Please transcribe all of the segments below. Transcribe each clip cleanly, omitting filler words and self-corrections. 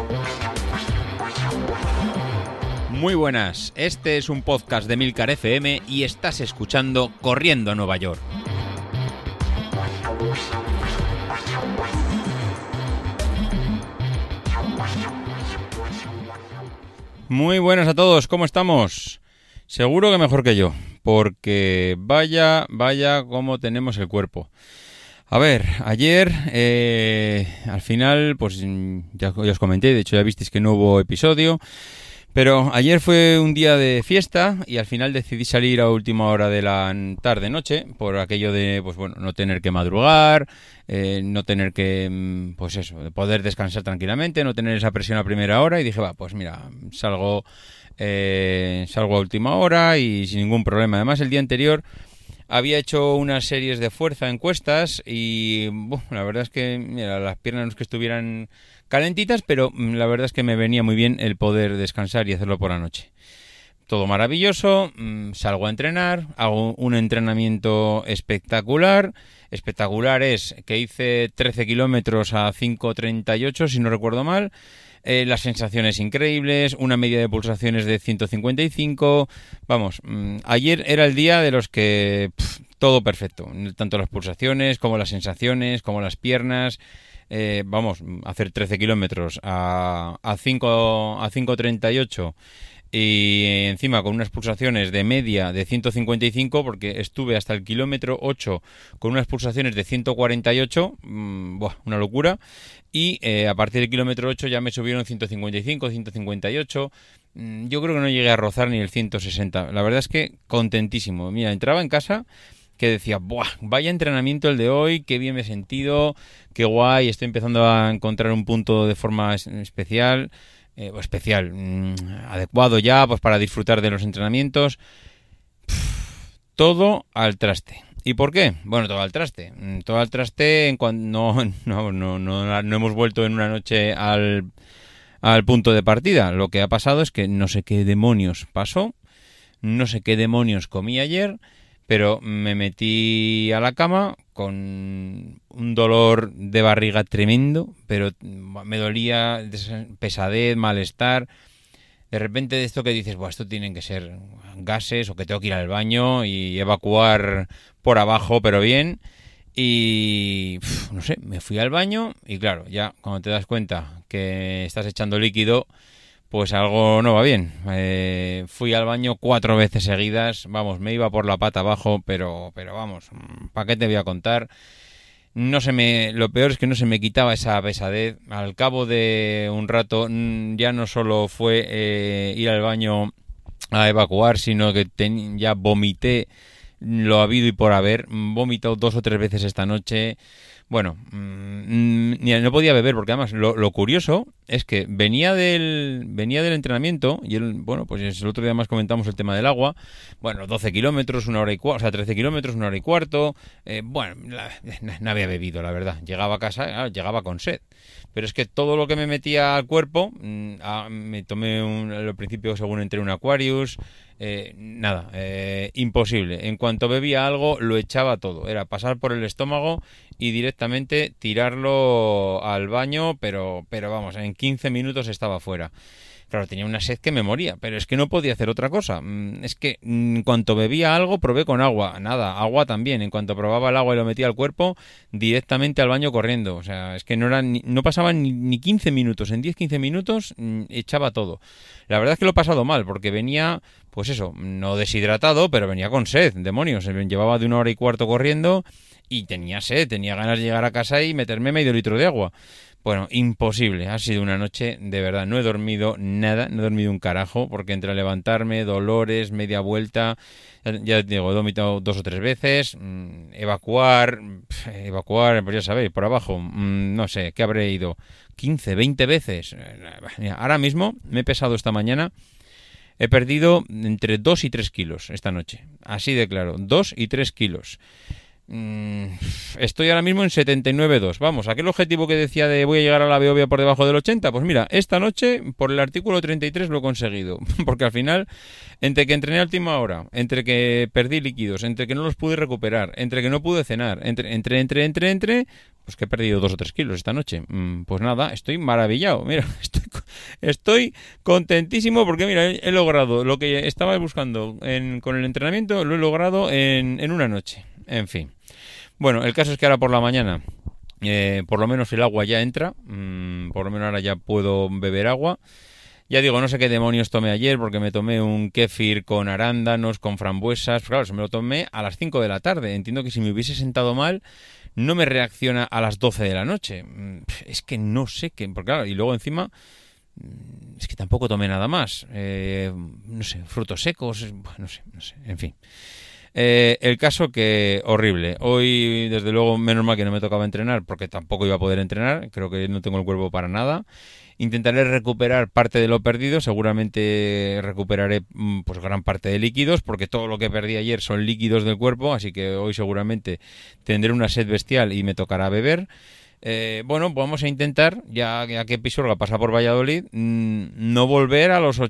Muy buenas, este es un podcast de Emilcar FM y estás escuchando Corriendo a Nueva York. Muy buenas a todos, ¿cómo estamos? Seguro que mejor que yo, porque vaya cómo tenemos el cuerpo. A ver, ayer, al final, pues ya os comenté, de hecho ya visteis que no hubo episodio, pero ayer fue un día de fiesta y al final decidí salir a última hora de la tarde-noche por aquello de, pues bueno, no tener que madrugar, no tener que, pues eso, de poder descansar tranquilamente, no tener esa presión a primera hora y dije, pues mira, salgo a última hora y sin ningún problema. Además, el día anterior había hecho unas series de fuerza en cuestas y la verdad es que mira, las piernas no es que estuvieran calentitas, pero la verdad es que me venía muy bien el poder descansar y hacerlo por la noche. Todo maravilloso, salgo a entrenar, hago un entrenamiento espectacular. Espectacular es que hice 13 kilómetros a 5:38, si no recuerdo mal. Las sensaciones increíbles, una media de pulsaciones de 155. Vamos, ayer era el día de los que todo perfecto, tanto las pulsaciones como las sensaciones, como las piernas. Hacer 13 kilómetros a 5:38 y encima con unas pulsaciones de media de 155, porque estuve hasta el kilómetro 8 con unas pulsaciones de 148, una locura, y a partir del kilómetro 8 ya me subieron 155, 158, yo creo que no llegué a rozar ni el 160, la verdad es que contentísimo. Mira, entraba en casa que decía, vaya entrenamiento el de hoy, qué bien me he sentido, qué guay, estoy empezando a encontrar un punto de forma especial, adecuado ya pues para disfrutar de los entrenamientos. Todo al traste. ¿Y por qué? Bueno, todo al traste. Todo al traste en cuanto no hemos vuelto en una noche al punto de partida. Lo que ha pasado es que no sé qué demonios pasó, no sé qué demonios comí ayer, pero me metí a la cama con un dolor de barriga tremendo, pero me dolía pesadez, malestar. De repente de esto que dices, esto tienen que ser gases o que tengo que ir al baño y evacuar por abajo, pero bien. Y no sé, me fui al baño y claro, ya cuando te das cuenta que estás echando líquido, pues algo no va bien. Fui al baño 4 veces seguidas. Vamos, me iba por la pata abajo, pero vamos, ¿para qué te voy a contar? Lo peor es que no se me quitaba esa pesadez. Al cabo de un rato ya no solo fue ir al baño a evacuar, sino que ya vomité lo habido y por haber. Vomitado 2 o 3 veces esta noche. Bueno, no podía beber porque además lo curioso es que venía del entrenamiento y pues el otro día más comentamos el tema del agua. 12 kilómetros, 1 hora y cuarto, 13 kilómetros, 1 hora y cuarto. No había bebido, la verdad. Llegaba a casa, llegaba con sed. Pero es que todo lo que me metía al cuerpo, me tomé al principio según entré un Aquarius, imposible. En cuanto bebía algo, lo echaba todo. Era pasar por el estómago y directamente tirarlo al baño, pero vamos, en 15 minutos estaba fuera. Claro, tenía una sed que me moría, pero es que no podía hacer otra cosa. Es que en cuanto bebía algo, probé con agua. Nada, agua también. En cuanto probaba el agua y lo metía al cuerpo, directamente al baño corriendo. O sea, es que no pasaban ni 15 minutos. En 10-15 minutos echaba todo. La verdad es que lo he pasado mal, porque venía, pues eso, no deshidratado, pero venía con sed, demonios. Llevaba de 1 hora y cuarto corriendo y tenía sed, tenía ganas de llegar a casa y meterme medio litro de agua. Bueno, imposible, ha sido una noche, de verdad, no he dormido nada, no he dormido un carajo, porque entre levantarme, dolores, media vuelta, ya digo, he vomitado 2 o 3 veces, evacuar, pues ya sabéis, por abajo, no sé, ¿qué habré ido? 15, 20 veces. Ahora mismo me he pesado esta mañana, he perdido entre 2 y 3 kilos esta noche, así de claro, 2 y 3 kilos. Estoy ahora mismo en 79,2. Vamos, aquel objetivo que decía de voy a llegar a la Beovia por debajo del 80, pues mira, esta noche por el artículo 33 lo he conseguido, porque al final, entre que entrené a última hora, entre que perdí líquidos, entre que no los pude recuperar, entre que no pude cenar, entre, pues que he perdido 2 o 3 kilos esta noche. Pues nada, estoy maravillado, mira, Estoy contentísimo porque, mira, he logrado lo que estaba buscando con el entrenamiento, lo he logrado en una noche. En fin. Bueno, el caso es que ahora por la mañana, por lo menos el agua ya entra. Por lo menos ahora ya puedo beber agua. Ya digo, no sé qué demonios tomé ayer porque me tomé un kéfir con arándanos, con frambuesas. Claro, se me lo tomé a las 5 de la tarde. Entiendo que si me hubiese sentado mal, no me reacciona a las 12 de la noche. Es que no sé qué. Porque claro, y luego encima, es que tampoco tomé nada más. No sé, frutos secos, no sé, en fin. El caso que horrible. Hoy, desde luego, menos mal que no me tocaba entrenar porque tampoco iba a poder entrenar. Creo que no tengo el cuerpo para nada. Intentaré recuperar parte de lo perdido. Seguramente recuperaré pues gran parte de líquidos porque todo lo que perdí ayer son líquidos del cuerpo. Así que hoy seguramente tendré una sed bestial y me tocará beber. Bueno, pues vamos a intentar, ya que Pisuerga pasa por Valladolid, no volver a los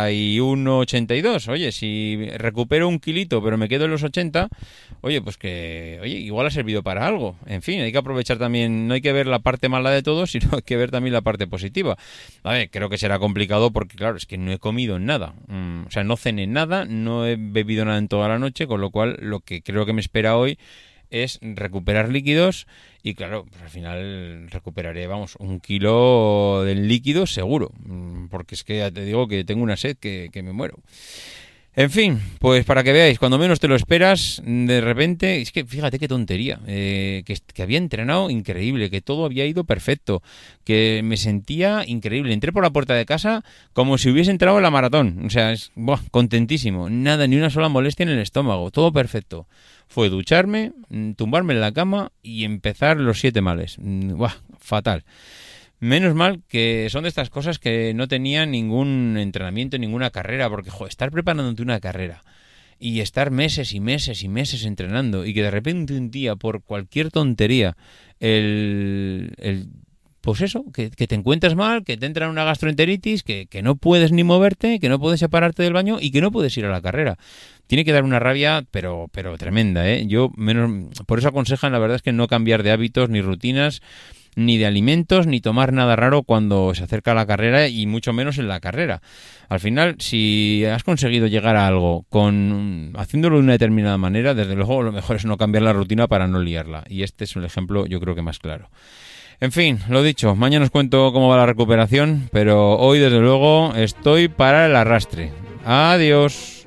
81, 82. Oye, si recupero un kilito pero me quedo en los 80, oye, pues que, oye, igual ha servido para algo. En fin, hay que aprovechar también, no hay que ver la parte mala de todo, sino hay que ver también la parte positiva. A ver, creo que será complicado porque, claro, es que no he comido nada. O sea, no cené nada, no he bebido nada en toda la noche, con lo cual lo que creo que me espera hoy es recuperar líquidos y claro, pues al final recuperaré, vamos, 1 kilo de líquido seguro, porque es que ya te digo que tengo una sed que me muero. En fin, pues para que veáis, cuando menos te lo esperas, de repente, es que fíjate qué tontería, que había entrenado increíble, que todo había ido perfecto, que me sentía increíble. Entré por la puerta de casa como si hubiese entrado en la maratón, o sea, contentísimo, nada, ni una sola molestia en el estómago, todo perfecto. Fue ducharme, tumbarme en la cama y empezar los 7 males. Fatal. Menos mal que son de estas cosas que no tenía ningún entrenamiento, ninguna carrera, porque estar preparándote una carrera y estar meses y meses y meses entrenando y que de repente un día por cualquier tontería pues eso, que te encuentras mal, que te entra una gastroenteritis, que no puedes ni moverte, que no puedes separarte del baño y que no puedes ir a la carrera. Tiene que dar una rabia, pero tremenda, ¿eh? Por eso aconsejan, la verdad es que no cambiar de hábitos ni rutinas, ni de alimentos, ni tomar nada raro cuando se acerca a la carrera y mucho menos en la carrera. Al final, si has conseguido llegar a algo haciéndolo de una determinada manera, desde luego lo mejor es no cambiar la rutina para no liarla. Y este es un ejemplo, yo creo que más claro. En fin, lo dicho, mañana os cuento cómo va la recuperación, pero hoy desde luego estoy para el arrastre. Adiós.